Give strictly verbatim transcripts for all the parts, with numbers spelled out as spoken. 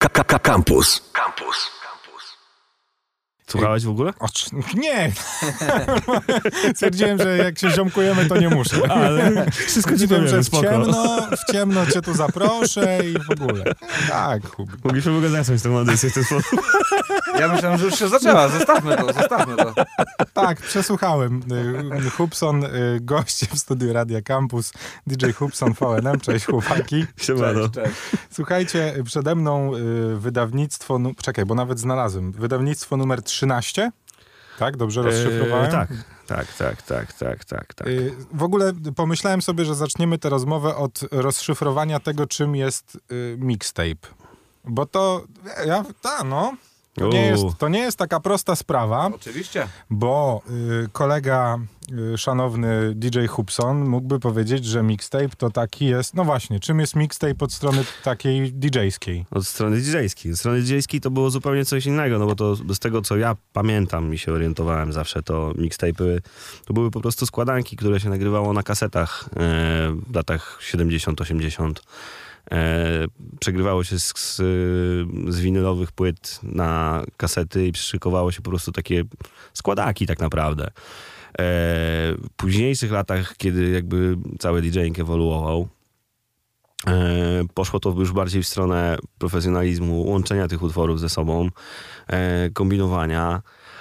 Campus. Campus. Słuchałeś w ogóle? O, nie! Stwierdziłem, że jak się ziomkujemy, to nie muszę. Ale wszystko ci powiem, że w spoko. ciemno, w ciemno cię tu zaproszę i w ogóle. Tak, Hubert. Mogliśmy w ogóle zacząć tę audycję w ten sposób. Ja myślałem, że już się zaczęła. Zostawmy to, zostawmy to. Tak, przesłuchałem. Y, Hubson, y, goście w studiu Radia Campus, D J Hubson V N M. Cześć, chłopaki. Siemano. Cześć, cześć. Słuchajcie, przede mną y, wydawnictwo... Nu- Czekaj, bo nawet znalazłem. Wydawnictwo numer trzynaście. Tak? Dobrze rozszyfrowałem? Eee, tak, tak, tak, tak, tak, tak, tak. Y, w ogóle pomyślałem sobie, że zaczniemy tę rozmowę od rozszyfrowania tego, czym jest y, mixtape. Bo to... Ja, ta, no... To nie, jest, to nie jest taka prosta sprawa, Oczywiście. bo y, kolega y, szanowny D J Hubson mógłby powiedzieć, że mixtape to taki jest... No właśnie, czym jest mixtape od strony takiej D J-skiej? Od strony D J-skiej. Od strony D J-skiej to było zupełnie coś innego, no bo to z tego, co ja pamiętam i się orientowałem zawsze, to mixtape'y to były po prostu składanki, które się nagrywało na kasetach e, w latach siedemdziesiątych, osiemdziesiątych. E, przegrywało się z, z, z winylowych płyt na kasety i przyszykowało się po prostu takie składaki tak naprawdę. E, w późniejszych latach, kiedy jakby cały DJing ewoluował, e, poszło to już bardziej w stronę profesjonalizmu, łączenia tych utworów ze sobą, e, kombinowania,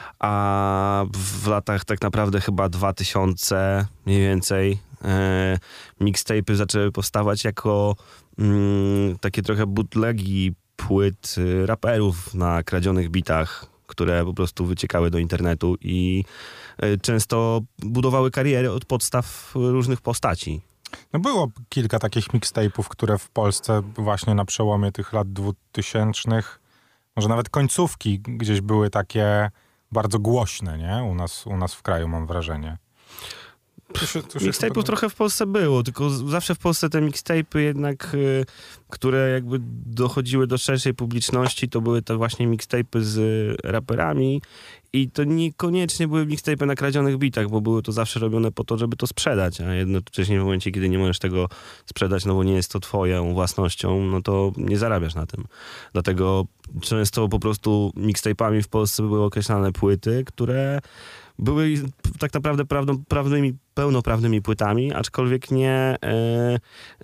a w latach tak naprawdę chyba dwa tysiące mniej więcej e, mixtape'y zaczęły powstawać jako mm, takie trochę bootlegi płyt y, raperów na kradzionych bitach, które po prostu wyciekały do internetu i y, często budowały kariery od podstaw różnych postaci. No było kilka takich mixtape'ów, które w Polsce właśnie na przełomie tych lat dwutysięcznych, może nawet końcówki gdzieś były takie bardzo głośne, nie? U nas, u nas w kraju, mam wrażenie. Mixtape'ów trochę w Polsce było, tylko zawsze w Polsce te mixtape'y jednak, y, które jakby dochodziły do szerszej publiczności, to były to właśnie mixtape'y z raperami i to niekoniecznie były mixtape'y na kradzionych bitach, bo były to zawsze robione po to, żeby to sprzedać, a jednocześnie w momencie, kiedy nie możesz tego sprzedać, no bo nie jest to twoją własnością, no to nie zarabiasz na tym. Dlatego często po prostu mixtape'ami w Polsce były określane płyty, które były tak naprawdę prawdą, prawnymi, pełnoprawnymi płytami, aczkolwiek nie e, e,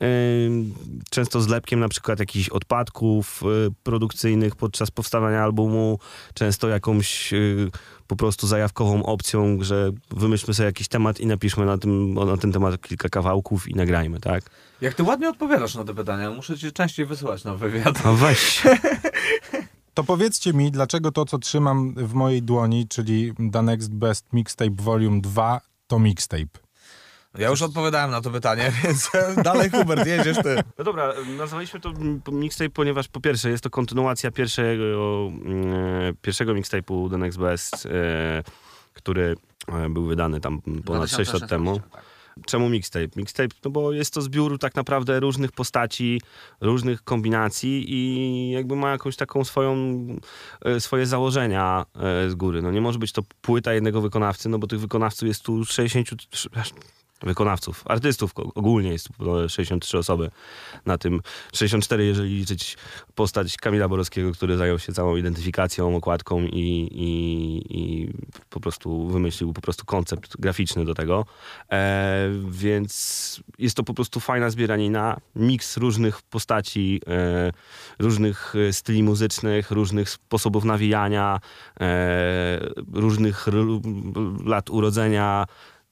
często zlepkiem na przykład jakichś odpadków e, produkcyjnych podczas powstawania albumu, często jakąś e, po prostu zajawkową opcją, że wymyślmy sobie jakiś temat i napiszmy na, tym, na ten temat kilka kawałków i nagrajmy, tak? Jak ty ładnie odpowiadasz na te pytania, muszę cię częściej wysyłać na wywiad. No weź. To powiedzcie mi, dlaczego to, co trzymam w mojej dłoni, czyli The Next Best Mixtape Volume dwa, to mixtape? Ja już odpowiadałem na to pytanie, więc dalej Hubert, jedziesz ty. No dobra, nazwaliśmy to mixtape, ponieważ po pierwsze jest to kontynuacja pierwszego, e, pierwszego mixtape'u The Next Best, e, który e, był wydany tam ponad sześć lat temu. Tak. Czemu mixtape? Mixtape, no bo jest to zbiór tak naprawdę różnych postaci, różnych kombinacji i jakby ma jakąś taką swoją, swoje założenia z góry. No nie może być to płyta jednego wykonawcy, no bo tych wykonawców jest tu sześćdziesiąt trzy wykonawców, artystów ogólnie jest tu sześćdziesiąt trzy osoby na tym, sześćdziesiąt cztery jeżeli liczyć postać Kamila Borowskiego, który zajął się całą identyfikacją, okładką i, i, i po prostu wymyślił po prostu koncept graficzny do tego. E, więc jest to po prostu fajna zbieranina, miks różnych postaci, e, różnych styli muzycznych, różnych sposobów nawijania, e, różnych r- lat urodzenia,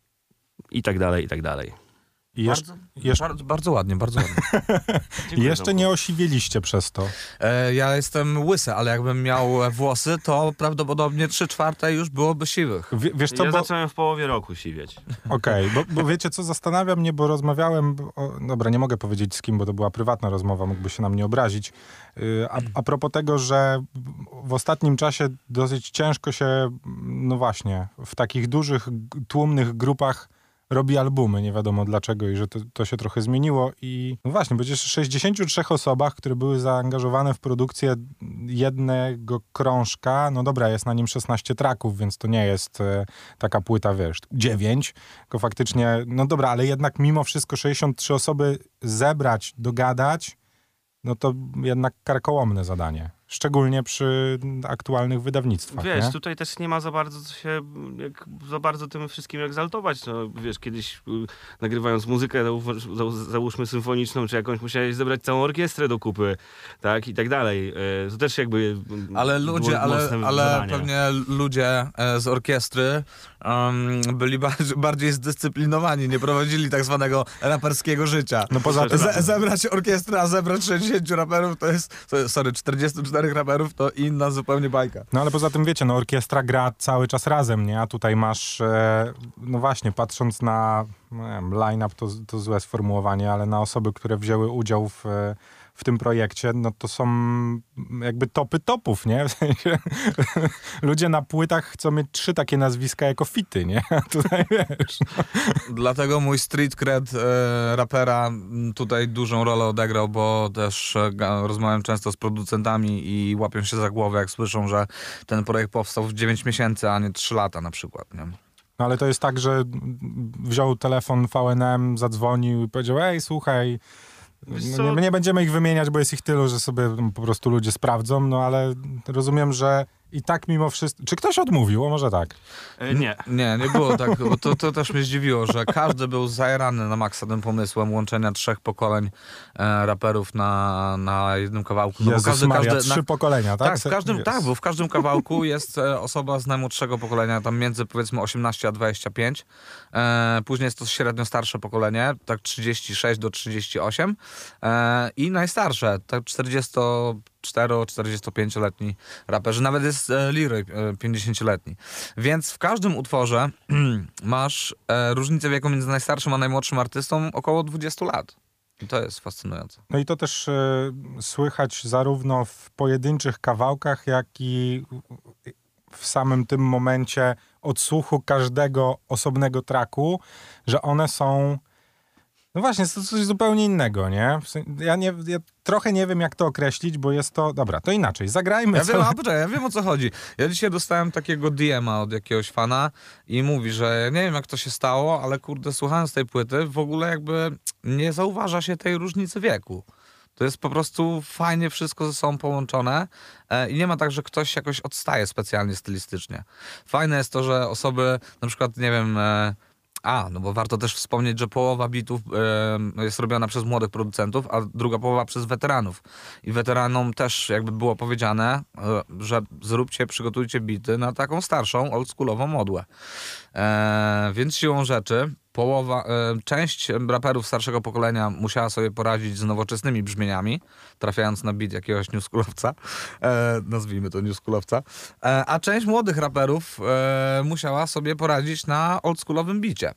i tak dalej, i tak dalej. I jeszcze, bardzo, jeszcze, bardzo, bardzo ładnie, bardzo ładnie. jeszcze nie osiwieliście przez to. E, ja jestem łysy, ale jakbym miał włosy, to prawdopodobnie trzy czwarte już byłoby siwych. W, wiesz co, ja bo... zacząłem w połowie roku siwieć. Okej, okay, bo, bo wiecie co, zastanawia mnie, bo rozmawiałem, o, dobra, nie mogę powiedzieć z kim, bo to była prywatna rozmowa, mógłby się na mnie obrazić. Yy, a, a propos tego, że w ostatnim czasie dosyć ciężko się, no właśnie, w takich dużych, tłumnych grupach robi albumy, nie wiadomo dlaczego i że to, to się trochę zmieniło i no właśnie, przecież sześćdziesięciu trzech osobach, które były zaangażowane w produkcję jednego krążka, no dobra, jest na nim szesnaście traków, więc to nie jest e, taka płyta, wiesz, dziewięć, tylko faktycznie, no dobra, ale jednak mimo wszystko sześćdziesiąt trzy osoby zebrać, dogadać, no to jednak karkołomne zadanie. szczególnie przy aktualnych wydawnictwach. Wiesz, nie? tutaj też nie ma za bardzo co się, jak, za bardzo tym wszystkim egzaltować. No, wiesz, kiedyś y, nagrywając muzykę, załóż, załóżmy symfoniczną, czy jakąś, musiałeś zebrać całą orkiestrę do kupy, tak, i tak dalej. Y, to też jakby Ale ludzie, ale, ale pewnie ludzie z orkiestry um, byli bardziej, bardziej zdyscyplinowani, nie prowadzili tak zwanego raperskiego życia. No poza tym... Ze, zebrać orkiestrę, a zebrać sześćdziesięciu raperów to jest, sorry, czterdziestu czterech raperów to inna zupełnie bajka. No ale poza tym wiecie, no orkiestra gra cały czas razem, nie? A tutaj masz, e, no właśnie, patrząc na no, line-up, to, to złe sformułowanie, ale na osoby, które wzięły udział w, w tym projekcie, no to są jakby topy topów, nie? W sensie, ludzie na płytach chcą mieć trzy takie nazwiska jako fity, nie? A tutaj wiesz. No. Dlatego mój street cred e, rapera tutaj dużą rolę odegrał, bo też e, rozmawiam często z producentami i łapią się za głowę, jak słyszą, że ten projekt powstał w dziewięć miesięcy, a nie trzy lata na przykład, nie? No ale to jest tak, że wziął telefon V N M, zadzwonił i powiedział, ej, słuchaj, no nie, nie będziemy ich wymieniać, bo jest ich tylu, że sobie po prostu ludzie sprawdzą, no ale rozumiem, że i tak mimo wszystko... Czy ktoś odmówił? O, może tak? E, nie. Nie, nie było tak, bo to, to też mnie zdziwiło, że każdy był zajarany na maksa tym pomysłem łączenia trzech pokoleń e, raperów na, na jednym kawałku. No Jezus bo każdy, Maria, każdy, trzy na, pokolenia, tak? Tak, w każdym, tak, bo w każdym kawałku jest e, osoba z najmłodszego pokolenia, tam między powiedzmy osiemnaście a dwadzieścia pięć. E, później jest to średnio starsze pokolenie, tak trzydzieści sześć do trzydziestu ośmiu e, i najstarsze, tak czterdziesto-cztero czterdziestopięcioletni raperzy, nawet jest e, Leroy e, pięćdziesięcioletni. Więc w każdym utworze masz e, różnicę wieku między najstarszym a najmłodszym artystą około dwudziestu lat. I to jest fascynujące. No i to też y, słychać zarówno w pojedynczych kawałkach, jak i w samym tym momencie odsłuchu każdego osobnego traku, że one są... No właśnie, jest to coś zupełnie innego, nie? W sensie, ja, nie ja trochę nie wiem, jak to określić, bo jest to... Dobra, to inaczej, zagrajmy. Ja co... wiem, a poczekaj, ja wiem, o co chodzi. Ja dzisiaj dostałem takiego D M a od jakiegoś fana i mówi, że nie wiem, jak to się stało, ale kurde, słuchając tej płyty, w ogóle jakby nie zauważa się tej różnicy wieku. To jest po prostu fajnie wszystko ze sobą połączone e, i nie ma tak, że ktoś jakoś odstaje specjalnie stylistycznie. Fajne jest to, że osoby, na przykład, nie wiem... E, A, no bo warto też wspomnieć, że połowa bitów e, jest robiona przez młodych producentów, a druga połowa przez weteranów. I weteranom też jakby było powiedziane, e, że zróbcie, przygotujcie bity na taką starszą, oldschoolową modłę. E, więc siłą rzeczy połowa, e, część raperów starszego pokolenia musiała sobie poradzić z nowoczesnymi brzmieniami, trafiając na beat jakiegoś newschoolowca, e, nazwijmy to newschoolowca, e, a część młodych raperów e, musiała sobie poradzić na oldschoolowym bicie.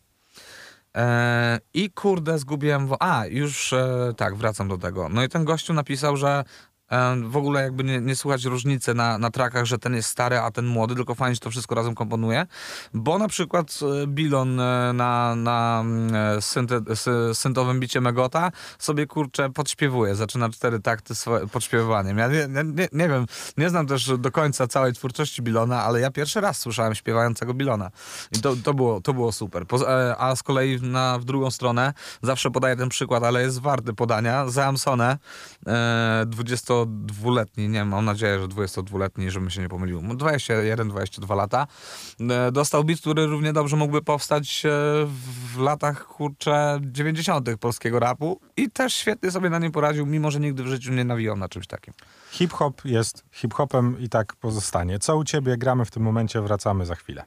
E, I kurde, zgubiłem... Wo- a, już e, tak, wracam do tego. No i ten gościu napisał, że w ogóle jakby nie, nie słuchać różnicy na, na trackach, że ten jest stary, a ten młody, tylko fajnie, że to wszystko razem komponuje. Bo na przykład Bilon na, na synte, syntowym bicie Megota sobie, kurczę, podśpiewuje. Zaczyna cztery takty swoje, podśpiewywaniem. Ja nie, nie, nie wiem, nie znam też do końca całej twórczości Bilona, ale ja pierwszy raz słyszałem śpiewającego Bilona. I to, to, było, to było super. Po, a z kolei na, w drugą stronę zawsze podaję ten przykład, ale jest warty podania. Zamsone, e, dwudziestodwuletni, nie mam nadzieję, że dwudziestodwuletni, żebym się nie pomylił, dwadzieścia jeden dwadzieścia dwa lata, dostał beat, który równie dobrze mógłby powstać w latach, kurczę, dziewięćdziesiątych polskiego rapu i też świetnie sobie na nim poradził, mimo że nigdy w życiu nie nawijał na czymś takim. Hip-hop jest hip-hopem i tak pozostanie. Co u ciebie? Gramy w tym momencie, wracamy za chwilę.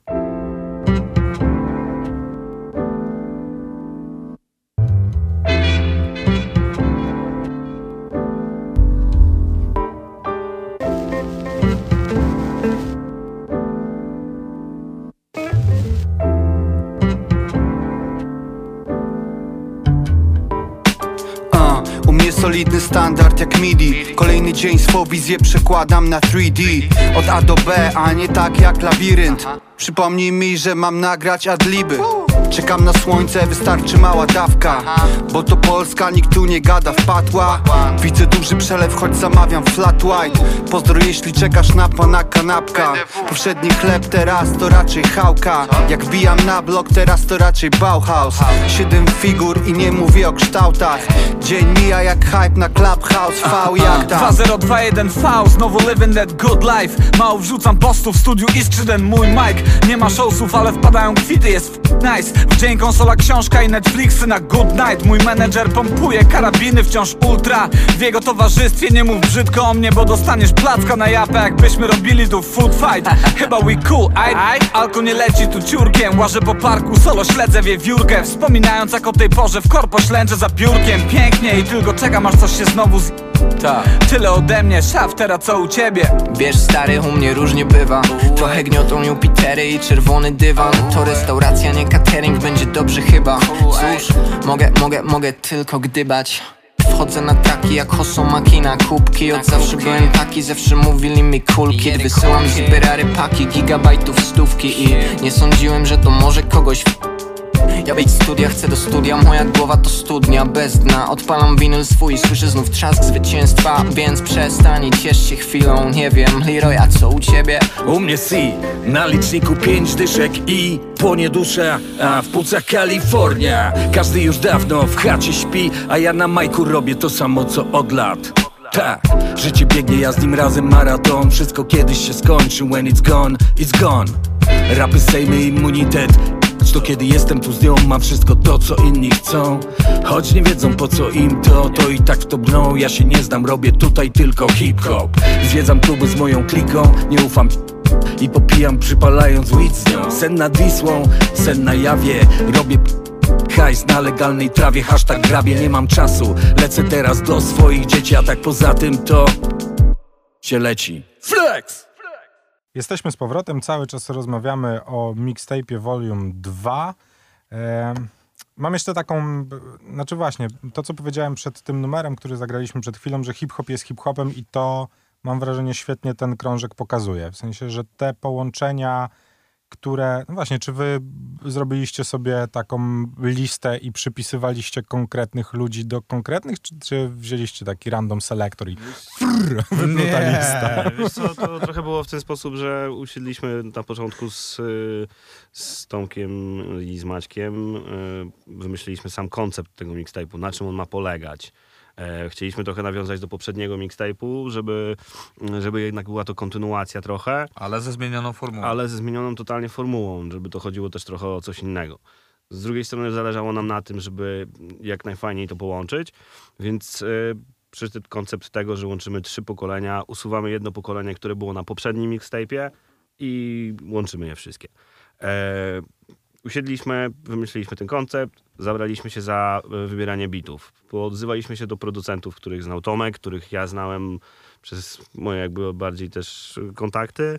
Solidny standard jak midi. Kolejny dzień swą wizję przekładam na trzy D. Od A do B, a nie tak jak labirynt. Przypomnij mi, że mam nagrać adliby. Czekam na słońce, wystarczy mała dawka. Bo to Polska, nikt tu nie gada, wpadła. Widzę duży przelew, choć zamawiam flat white. Pozdro jeśli czekasz na pana kanapka. Powszedni chleb, teraz to raczej chałka. Jak wbijam na blok, teraz to raczej Bauhaus. Siedem figur i nie mówię o kształtach. Dzień mija jak hype na Clubhouse. V jak tam dwa zero dwa jeden V, znowu living that good life. Mało wrzucam postów, w studiu iskrzy ten mój mic. Nie ma showsów, ale wpadają kwity, jest f nice. W dzień konsola, książka i Netflixy na good night. Mój menedżer pompuje karabiny wciąż ultra. W jego towarzystwie nie mów brzydko o mnie, bo dostaniesz placka na japę, jakbyśmy robili tu food fight. Chyba we cool, aj, alko nie leci tu ciurkiem. Łażę po parku, solo śledzę wiewiórkę. Wspominając jak o tej porze w korpo ślęczę za biurkiem. Pięknie i tylko czekam, aż coś się znowu z... Ta. Tyle ode mnie, szaf, teraz co u ciebie? Wiesz stary, u mnie różnie bywa. Trochę gniotą Jupitery i czerwony dywan. To restauracja, nie catering, będzie dobrze chyba. Cóż, mogę, mogę, mogę tylko gdybać. Wchodzę na traki jak Hosso Makina. Kubki, od zawsze byłem taki, zawsze mówili mi cool kid. Wysyłam zbierary paki, gigabajtów, stówki. I nie sądziłem, że to może kogoś w... Ja być studia, chcę do studia, moja głowa to studnia bez dna. Odpalam winyl swój i słyszę znów trzask zwycięstwa. Więc przestań i ciesz się chwilą, nie wiem, Leroy, a co u ciebie? U mnie C, na liczniku pięć dyszek i płonie dusza, a w płucach Kalifornia. Każdy już dawno w chacie śpi, a ja na majku robię to samo co od lat. Tak, życie biegnie, ja z nim razem maraton. Wszystko kiedyś się skończy, when it's gone, it's gone. Rapy, sejmy, immunitet. To kiedy jestem tu z nią, mam wszystko to co inni chcą. Choć nie wiedzą po co im to, to i tak w to brną. Ja się nie znam, robię tutaj tylko hip-hop. Zwiedzam kluby z moją kliką, nie ufam i popijam przypalając weed z nią. Sen nad Wisłą, sen na jawie, robię hajs na legalnej trawie. Hashtag grabie, nie mam czasu, lecę teraz do swoich dzieci. A tak poza tym to się leci Flex! Jesteśmy z powrotem, cały czas rozmawiamy o mixtape'ie Volume dwa. E, mam jeszcze taką, znaczy właśnie, to co powiedziałem przed tym numerem, który zagraliśmy przed chwilą, że hip-hop jest hip-hopem i to, mam wrażenie, świetnie ten krążek pokazuje. W sensie, że te połączenia, które, no właśnie, czy wy zrobiliście sobie taką listę i przypisywaliście konkretnych ludzi do konkretnych, czy, czy wzięliście taki random selector i frrr, wypluta lista? Wiesz co, to trochę było w ten sposób, że usiedliśmy na początku z, z Tomkiem i z Maćkiem, wymyśliliśmy sam koncept tego mixtape'u, na czym on ma polegać. Chcieliśmy trochę nawiązać do poprzedniego mixtape'u, żeby, żeby jednak była to kontynuacja trochę. Ale ze zmienioną formułą. Ale ze zmienioną totalnie formułą, żeby to chodziło też trochę o coś innego. Z drugiej strony zależało nam na tym, żeby jak najfajniej to połączyć, więc yy, przyszedł koncept tego, że łączymy trzy pokolenia, usuwamy jedno pokolenie, które było na poprzednim mixtape'ie i łączymy je wszystkie. Yy, Usiedliśmy, wymyśliliśmy ten koncept, zabraliśmy się za wybieranie bitów. Odzywaliśmy się do producentów, których znał Tomek, których ja znałem przez moje jakby bardziej też kontakty.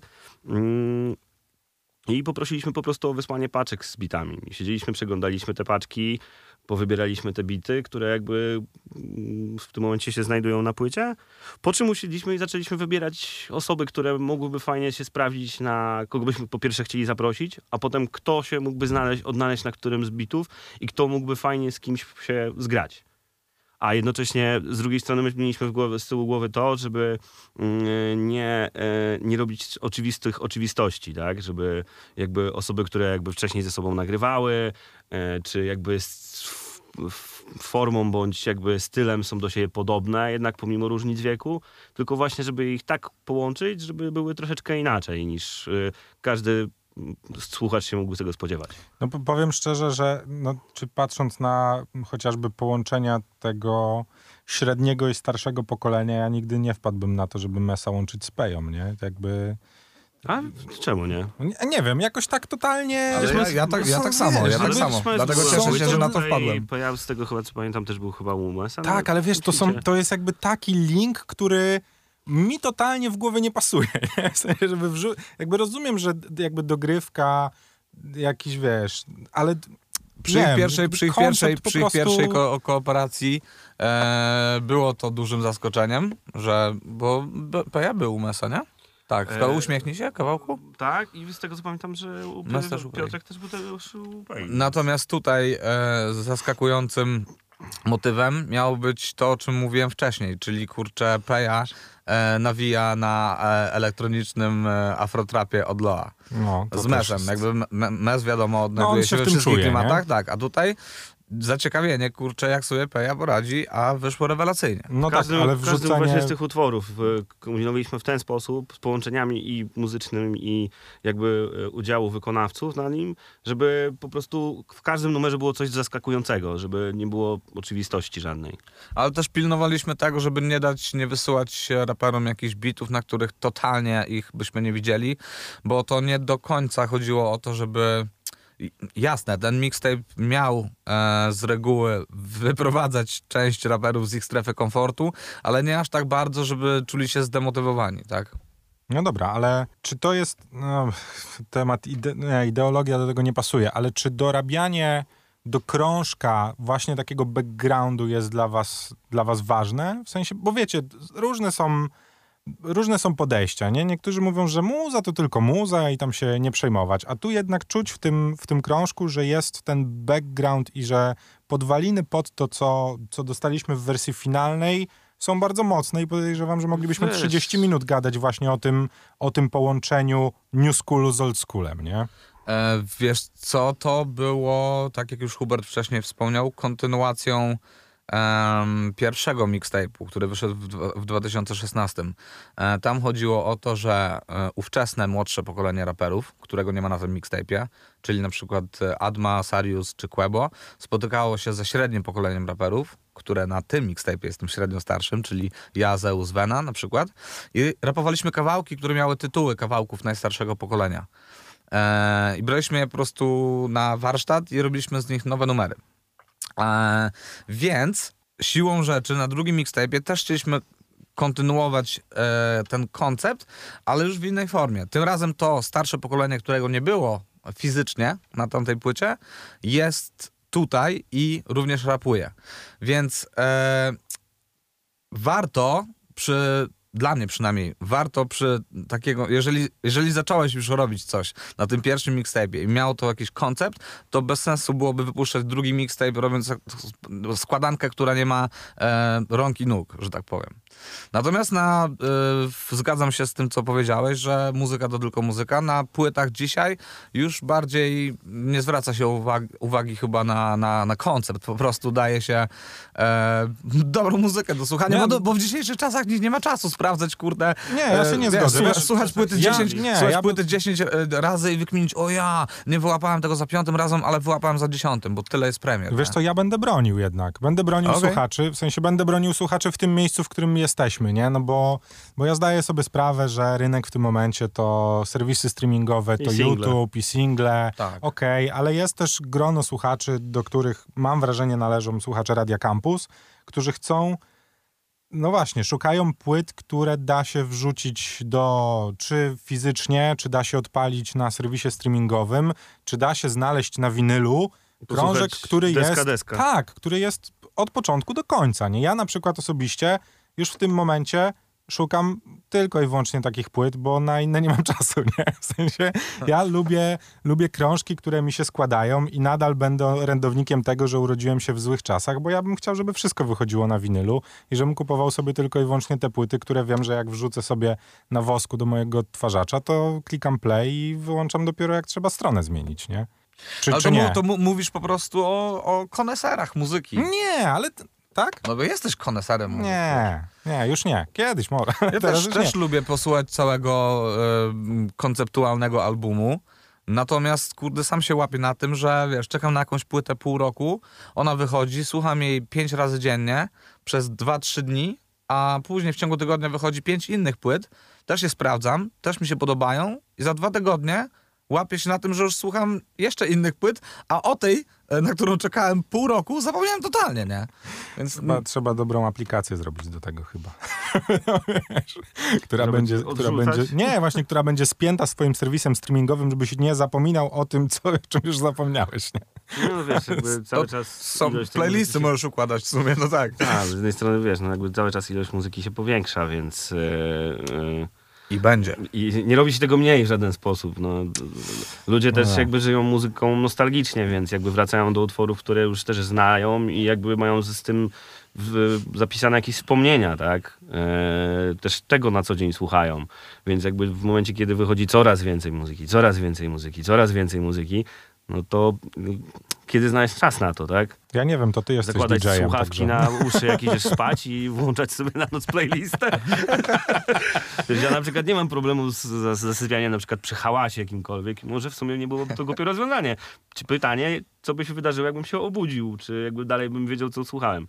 I poprosiliśmy po prostu o wysłanie paczek z bitami. Siedzieliśmy, przeglądaliśmy te paczki, powybieraliśmy te bity, które jakby w tym momencie się znajdują na płycie. Po czym usiedliśmy i zaczęliśmy wybierać osoby, które mogłyby fajnie się sprawdzić, na kogo byśmy po pierwsze chcieli zaprosić, a potem kto się mógłby znaleźć, odnaleźć na którym z bitów i kto mógłby fajnie z kimś się zgrać. A jednocześnie z drugiej strony my mieliśmy w głowie, z tyłu głowy to, żeby nie, nie robić oczywistych oczywistości, tak? Żeby jakby osoby, które jakby wcześniej ze sobą nagrywały, czy jakby z formą bądź jakby stylem są do siebie podobne, jednak pomimo różnic wieku, tylko właśnie, żeby ich tak połączyć, żeby były troszeczkę inaczej niż każdy słuchacz się mógł tego spodziewać. No powiem szczerze, że no, czy patrząc na chociażby połączenia tego średniego i starszego pokolenia, ja nigdy nie wpadłbym na to, żeby Mesa łączyć z Peją, nie? Jakby... A czemu nie? Nie, nie wiem, jakoś tak totalnie... Ale ja, ja, tak, ja tak samo, ja tak samo. Dlatego cieszę się, że na to wpadłem. Pojaw z tego chyba, co pamiętam, też był chyba u Mesa. Tak, ale wiesz, to, są, to jest jakby taki link, który mi totalnie w głowie nie pasuje. Nie? W sensie, żeby wrzu- jakby rozumiem, że jakby dogrywka, jakiś, wiesz, ale... Przy ich pierwszej, przy ich pierwszej, przy ich pierwszej ko- kooperacji e, było to dużym zaskoczeniem, że, bo Peja był u Mesa, nie? Tak, w E, Uśmiechnij się kawałku. Tak, i z tego co pamiętam, że u Nas też u Piotrek też był też u Pei. Natomiast tutaj e, zaskakującym motywem miało być to, o czym mówiłem wcześniej, czyli kurczę Peja e, nawija na e, elektronicznym e, afrotrapie od Loa. No, to Z też Mesem. jest- Jakby me, Mes wiadomo odnajduje No, on się się w we tym wszystkich czuje, klimatach, nie? tak, a tutaj zaciekawienie, kurczę, jak sobie Peja poradzi, a wyszło rewelacyjnie. No W każdym, tak, ale w każdym wrzucenie... właśnie z tych utworów y, kombinowaliśmy w ten sposób z połączeniami i muzycznymi i jakby y, udziału wykonawców na nim, żeby po prostu w każdym numerze było coś zaskakującego, żeby nie było oczywistości żadnej. Ale też pilnowaliśmy tego, żeby nie dać, nie wysyłać raperom jakichś bitów, na których totalnie ich byśmy nie widzieli, bo to nie do końca chodziło o to, żeby... Jasne, ten mixtape miał e, z reguły wyprowadzać część raperów z ich strefy komfortu, ale nie aż tak bardzo, żeby czuli się zdemotywowani, tak? No dobra, ale czy to jest no, temat, ide, nie, ideologia do tego nie pasuje, ale czy dorabianie do krążka właśnie takiego backgroundu jest dla was, dla was ważne? W sensie, bo wiecie, różne są, różne są podejścia, nie? Niektórzy mówią, że muza to tylko muza i tam się nie przejmować, a tu jednak czuć w tym, w tym krążku, że jest ten background i że podwaliny pod to, co, co dostaliśmy w wersji finalnej, są bardzo mocne i podejrzewam, że moglibyśmy Wiesz. trzydzieści minut gadać właśnie o tym, o tym połączeniu new schoolu z old schoolem, nie? E, wiesz co, to było, tak jak już Hubert wcześniej wspomniał, kontynuacją em, pierwszego mixtape'u, który wyszedł w, dwa- w dwa tysiące szesnastym. E, tam chodziło o to, że e, ówczesne, młodsze pokolenie raperów, którego nie ma na tym mixtape'ie, czyli na przykład e, Adma, Sarius czy Quebo, spotykało się ze średnim pokoleniem raperów, które na tym mixtape'ie jest tym średnio starszym, czyli ja, Zeus, Vena na przykład, i rapowaliśmy kawałki, które miały tytuły kawałków najstarszego pokolenia. E, I braliśmy je po prostu na warsztat i robiliśmy z nich nowe numery. E, więc siłą rzeczy na drugim mixtape'ie też chcieliśmy kontynuować e, ten koncept, ale już w innej formie. Tym razem to starsze pokolenie, którego nie było fizycznie na tamtej płycie, jest tutaj i również rapuje. Więc e, warto przy... Dla mnie przynajmniej, warto przy takiego, jeżeli, jeżeli zacząłeś już robić coś na tym pierwszym mixtape'ie i miało to jakiś koncept, to bez sensu byłoby wypuszczać drugi mixtape, robiąc składankę, która nie ma e, rąk i nóg, że tak powiem. Natomiast na, e, zgadzam się z tym, co powiedziałeś, że muzyka to tylko muzyka. Na płytach dzisiaj już bardziej nie zwraca się uwagi, uwagi chyba na, na, na koncept, po prostu daje się e, dobrą muzykę do słuchania, Nie. bo, do, bo w dzisiejszych czasach nikt nie ma czasu sprawdzać, kurde. Nie, ja się nie e, zgodzę. Słuchać, Wiesz, słuchać płyty ja- dziesięć, nie, słuchać ja płyty dziesięć e, razy i wykminić, o ja, nie wyłapałem tego za piątym razem, ale wyłapałem za dziesiątym, bo tyle jest premier. Wiesz nie? co, ja będę bronił jednak. Będę bronił Okej. słuchaczy, w sensie będę bronił słuchaczy w tym miejscu, w którym jesteśmy, nie? No bo, bo ja zdaję sobie sprawę, że rynek w tym momencie to serwisy streamingowe, I to single. YouTube i single. Tak. Okej, ale jest też grono słuchaczy, do których mam wrażenie należą słuchacze Radia Campus, którzy chcą, no właśnie, szukają płyt, które da się wrzucić do, czy fizycznie, czy da się odpalić na serwisie streamingowym, czy da się znaleźć na winylu krążek, Posłuchać który deska, jest... deska. Tak, który jest od początku do końca, nie? Ja na przykład osobiście już w tym momencie szukam tylko i wyłącznie takich płyt, bo na inne nie mam czasu, nie? W sensie ja lubię, lubię krążki, które mi się składają i nadal będę orędownikiem tego, że urodziłem się w złych czasach, bo ja bym chciał, żeby wszystko wychodziło na winylu i żebym kupował sobie tylko i wyłącznie te płyty, które wiem, że jak wrzucę sobie na wosku do mojego odtwarzacza, to klikam play i wyłączam dopiero jak trzeba stronę zmienić, nie? Czy, Ale czy to, nie? mu- to mu- mówisz po prostu o, o koneserach muzyki. Nie, ale t- tak? No bo jesteś koneserem muzyki. Nie, nie, już nie. Kiedyś może. Ja Teraz też, już też nie. lubię posłuchać całego e, konceptualnego albumu. Natomiast, kurde, sam się łapię na tym, że wiesz, czekam na jakąś płytę pół roku, ona wychodzi, słucham jej pięć razy dziennie przez dwa trzy dni, a później w ciągu tygodnia wychodzi pięć innych płyt, też je sprawdzam, też mi się podobają i za dwa tygodnie łapię się na tym, że już słucham jeszcze innych płyt, a o tej, e, na którą czekałem pół roku, zapomniałem totalnie, nie? Więc Chyba trzeba dobrą aplikację zrobić do tego chyba. Wiesz, która Żeby będzie, cię która odrzucać? będzie, nie, właśnie, która będzie spięta swoim serwisem streamingowym, żebyś nie zapominał o tym, co, o czym już zapomniałeś, nie? No wiesz, jakby cały czas są ilość tej playlisty muzyki możesz układać w sumie, no tak. się... Tak, z jednej strony wiesz, no jakby cały czas ilość muzyki się powiększa, więc yy, yy, I będzie. I nie robi się tego mniej w żaden sposób. No. Ludzie też No. jakby żyją muzyką nostalgicznie, więc jakby wracają do utworów, które już też znają i jakby mają z tym w, zapisane jakieś wspomnienia, tak? E, też tego na co dzień słuchają. Więc jakby w momencie, kiedy wychodzi coraz więcej muzyki, coraz więcej muzyki, coraz więcej muzyki, no to kiedy znaleźć czas na to, tak? Ja nie wiem, to ty jesteś Zakładać didżejem. słuchawki Także. na uszy, jak idziesz spać i włączać sobie na noc playlistę. Wiesz, ja na przykład nie mam problemu z, z zasypianiem na przykład przy hałasie jakimkolwiek. Może w sumie nie byłoby to głupie rozwiązanie. Czy pytanie, co by się wydarzyło, jakbym się obudził? Czy jakby dalej bym wiedział, co słuchałem?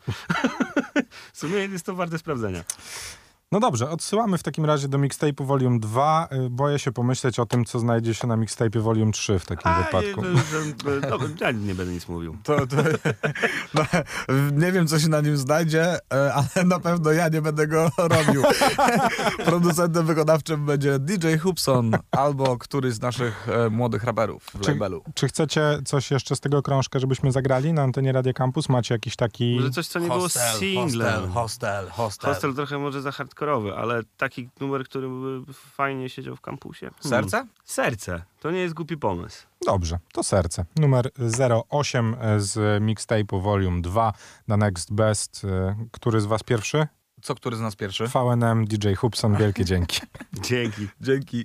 W sumie jest to warte sprawdzenia. No dobrze, odsyłamy w takim razie do mixtape'u Volume dwa. Y, Boję się pomyśleć o tym, co znajdzie się na mixtape'ie Volume trzy w takim A, wypadku. nie, że- że- dobra, ja nie będę nic mówił. To, to, no, nie wiem, co się na nim znajdzie, e, ale na pewno ja nie będę go robił. Producentem wykonawczym będzie D J Hubson albo któryś z naszych e, młodych raperów w Czy, labelu. czy chcecie coś jeszcze z tego krążka, żebyśmy zagrali na antenie Radia Campus? Macie jakiś taki... Może coś, co nie było singlem. hostel, hostel. Hostel trochę może za hardkorowy, ale taki numer, który by fajnie siedział w kampusie. Hmm. Serce? Serce. To nie jest głupi pomysł. Dobrze, to serce. Numer zero osiem z mixtape'u Volume dwa na Next Best. Y, Który z was pierwszy? Co, który z nas pierwszy? V N M, D J Hubson, wielkie dzięki. Dzięki. Dzięki.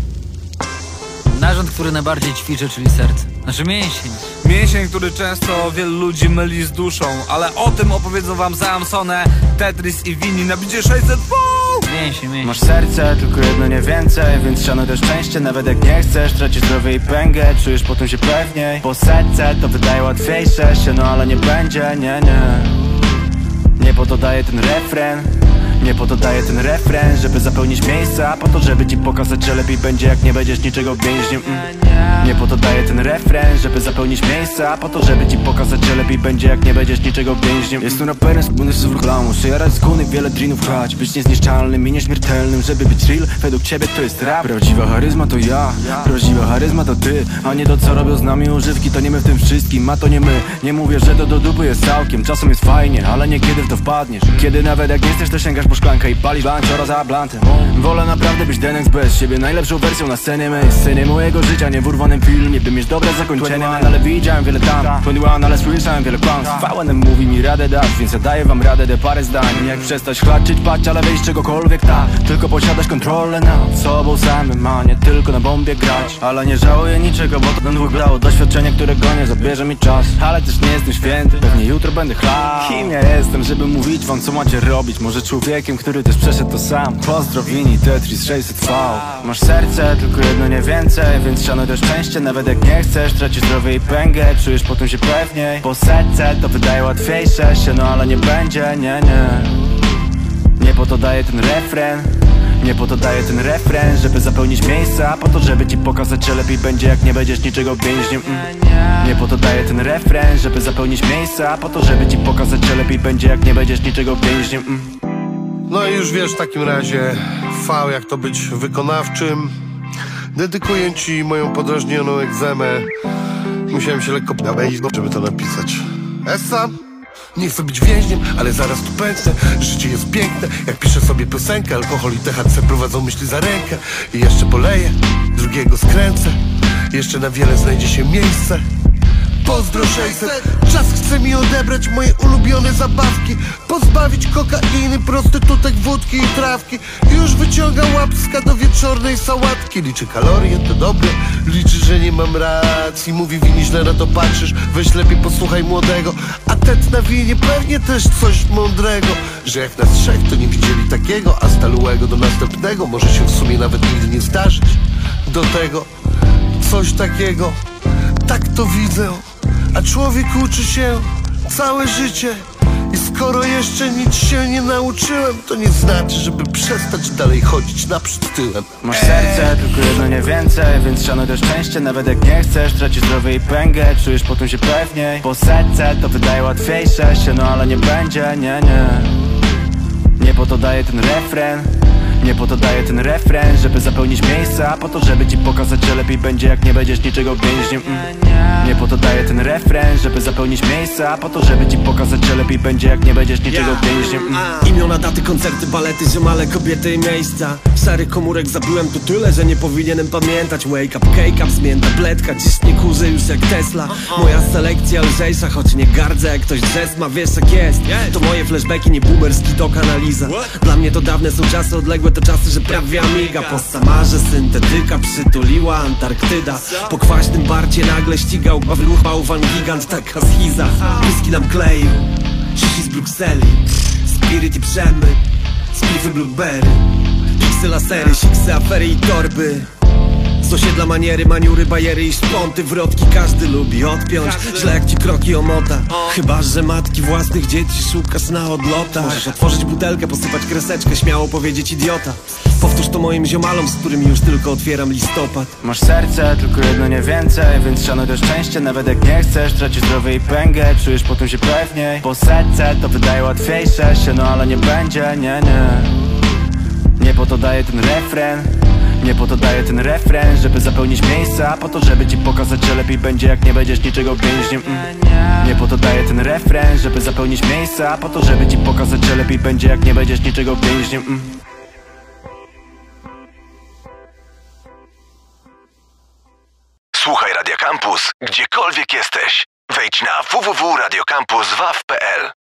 Narząd, który najbardziej ćwiczy, czyli serce. Znaczy mięsień. Mięsień, który często wielu ludzi myli z duszą, ale o tym opowiedzą wam Samsone, Tetris i Winni na bicie sześćset. Mięsień, mięsień. Masz serce, tylko jedno nie więcej, więc szanuj też szczęście, nawet jak nie chcesz. Tracisz zdrowie i pęgę, czujesz potem się pewniej. Po setce to wydaje łatwiejsze się, no ale nie będzie, nie, nie. Nie po to daję ten refren, nie po to daję ten refren, żeby zapełnić miejsca, po to, żeby ci pokazać, że lepiej będzie, jak nie będziesz niczego więźniem. mm. Nie po to daję ten refren, żeby zapełnić miejsca, po to, żeby ci pokazać, że lepiej będzie, jak nie będziesz niczego więźniem. Jestem raperem z buny z reklamu, przejarać z kuny, wiele drinów chać, być niezniszczalnym i nieśmiertelnym, żeby być real, według ciebie to jest rap. Prawdziwa charyzma to ja, prawdziwa charyzma to ty, a nie to, co robią z nami używki, to nie my w tym wszystkim, a to nie my. Nie mówię, że to do dupy jest całkiem, czasem jest fajnie, ale niekiedy w to wpadniesz. Kiedy nawet jak nie chcesz, to sięgasz po szklankę i palisz banciora za blantem. Wolę naprawdę być D N X bez siebie, najlepszą wersją na scenie mej, scenie mojego życia, nie w urwanym filmie, by mieć dobre zakończenie. Ale widziałem wiele tam, dwadzieścia jeden, ale słyszałem wiele kłamstw. V N M mówi mi radę dać, więc ja daję wam radę de parę zdań. Jak przestać chlaczyć, pać, ale wyjść czegokolwiek tak, tylko posiadać kontrolę nad sobą samym, a nie tylko na bombie grać. Ale nie żałuję niczego, bo to ten dwóch dało doświadczenie, którego nie zabierze mi czas. Ale też nie jestem święty, pewnie jutro będę chlał. Kim ja jestem, żeby mówić wam, co macie robić? Może człowiekiem, który też przeszedł to sam. Pozdrowieni Tetris sześćset V. Masz serce, tylko jedno nie więcej, więc szanuj też szczęście, nawet jak nie chcesz. Tracisz zdrowie i pęgę, czujesz potem się pewniej. Po setce to wydaje łatwiejsze się, no ale nie będzie, nie, nie. Nie po to daję ten refren, nie po to daję ten refren, żeby zapełnić miejsca, po to, żeby ci pokazać, że lepiej będzie, jak nie będziesz niczego więźniem. mm. Nie po to daję ten refren, żeby zapełnić miejsca, po to, żeby ci pokazać, że lepiej będzie, jak nie będziesz niczego więźniem. mm. No i już wiesz w takim razie, V, jak to być wykonawczym. Dedykuję ci moją podrażnioną egzemę. Musiałem się lekko nawejść, żeby to napisać. Essa? Nie chcę być więźniem, ale zaraz tu pęknę. Życie jest piękne, jak piszę sobie piosenkę. Alkohol i T H C prowadzą myśli za rękę. I jeszcze poleję, drugiego skręcę. Jeszcze na wiele znajdzie się miejsce. Pozdro sześćset. Czas chce mi odebrać moje ulubione zabawki, pozbawić kokainy, prostytutek, wódki i trawki. Już wyciągam łapska do wieczornej sałatki. Liczy kalorie, to dobre, liczy, że nie mam racji. Mówi wini, źle na to patrzysz, weź lepiej posłuchaj młodego. A tet na winie pewnie też coś mądrego, że jak nas trzech to nie widzieli takiego, a stalułego do następnego może się w sumie nawet nigdy nie zdarzyć. Do tego coś takiego, tak to widzę. A człowiek uczy się całe życie i skoro jeszcze nic się nie nauczyłem, to nie znaczy, żeby przestać dalej chodzić naprzód tyłem. Masz serce, tylko jedno nie więcej, więc szanuj też szczęście, nawet jak nie chcesz. Tracisz zdrowie i pęgę, czujesz potem się pewniej. Po setce to wydaje łatwiejsze się, no ale nie będzie, nie, nie. Nie po to daję ten refren, Nie po to daję ten refren, żeby zapełnić miejsca, a po to, żeby ci pokazać, że lepiej będzie, jak nie będziesz niczego więźniem. mm. Nie po to daję ten refren, żeby zapełnić miejsca, a po to, żeby ci pokazać, że lepiej będzie, jak nie będziesz niczego więźniem. mm. Imiona, daty, koncerty, balety, ziomale, kobiety i miejsca. Szarych komórek zabiłem tu tyle, że nie powinienem pamiętać. Wake up, cake up, zmień tabletka, dziś nie kurzy już jak Tesla. Moja selekcja lżejsza, choć nie gardzę jak ktoś drzes ma, wiesz jak jest. To moje flashbacki, nie boomerski, to kanaliza. Dla mnie to dawne są czasy, odległe to czasy, że prawie amiga. Po Samarze syntetyka przytuliła Antarktyda. Po kwaśnym barcie nagle ścigał bałwan gigant, taka schiza. Whisky nam kleił, sisi z Brukseli, spirit i przemyt, splify blueberry, piksy, lasery, siksy, afery i torby. Z osiedla maniery, maniury, bajery i szponty, wrotki każdy lubi odpiąć, źle jak ci kroki omota. Chyba że matki własnych dzieci szukasz na odlotach. Możesz otworzyć butelkę, posypać kreseczkę, śmiało powiedzieć idiota. Powtórz to moim ziomalom, z którymi już tylko otwieram listopad. Masz serce, tylko jedno nie więcej, więc szanuj to szczęście, nawet jak nie chcesz. Tracisz zdrowie i pęgę, czujesz potem się pewniej. Po setce to wydaje łatwiejsze się, no ale nie będzie, nie, nie. Nie po to daję ten refren, nie po to daję ten refren, żeby zapełnić miejsca, a po to, żeby ci pokazać, że lepiej będzie, jak nie będziesz niczego więźniem. mm. Nie po to daję ten refren, żeby zapełnić miejsca, a po to, żeby ci pokazać, że lepiej będzie, jak nie będziesz niczego więźniem. mm. Słuchaj Radia Campus, gdziekolwiek jesteś. Wejdź na w w w kropka radiocampus kropka w p l.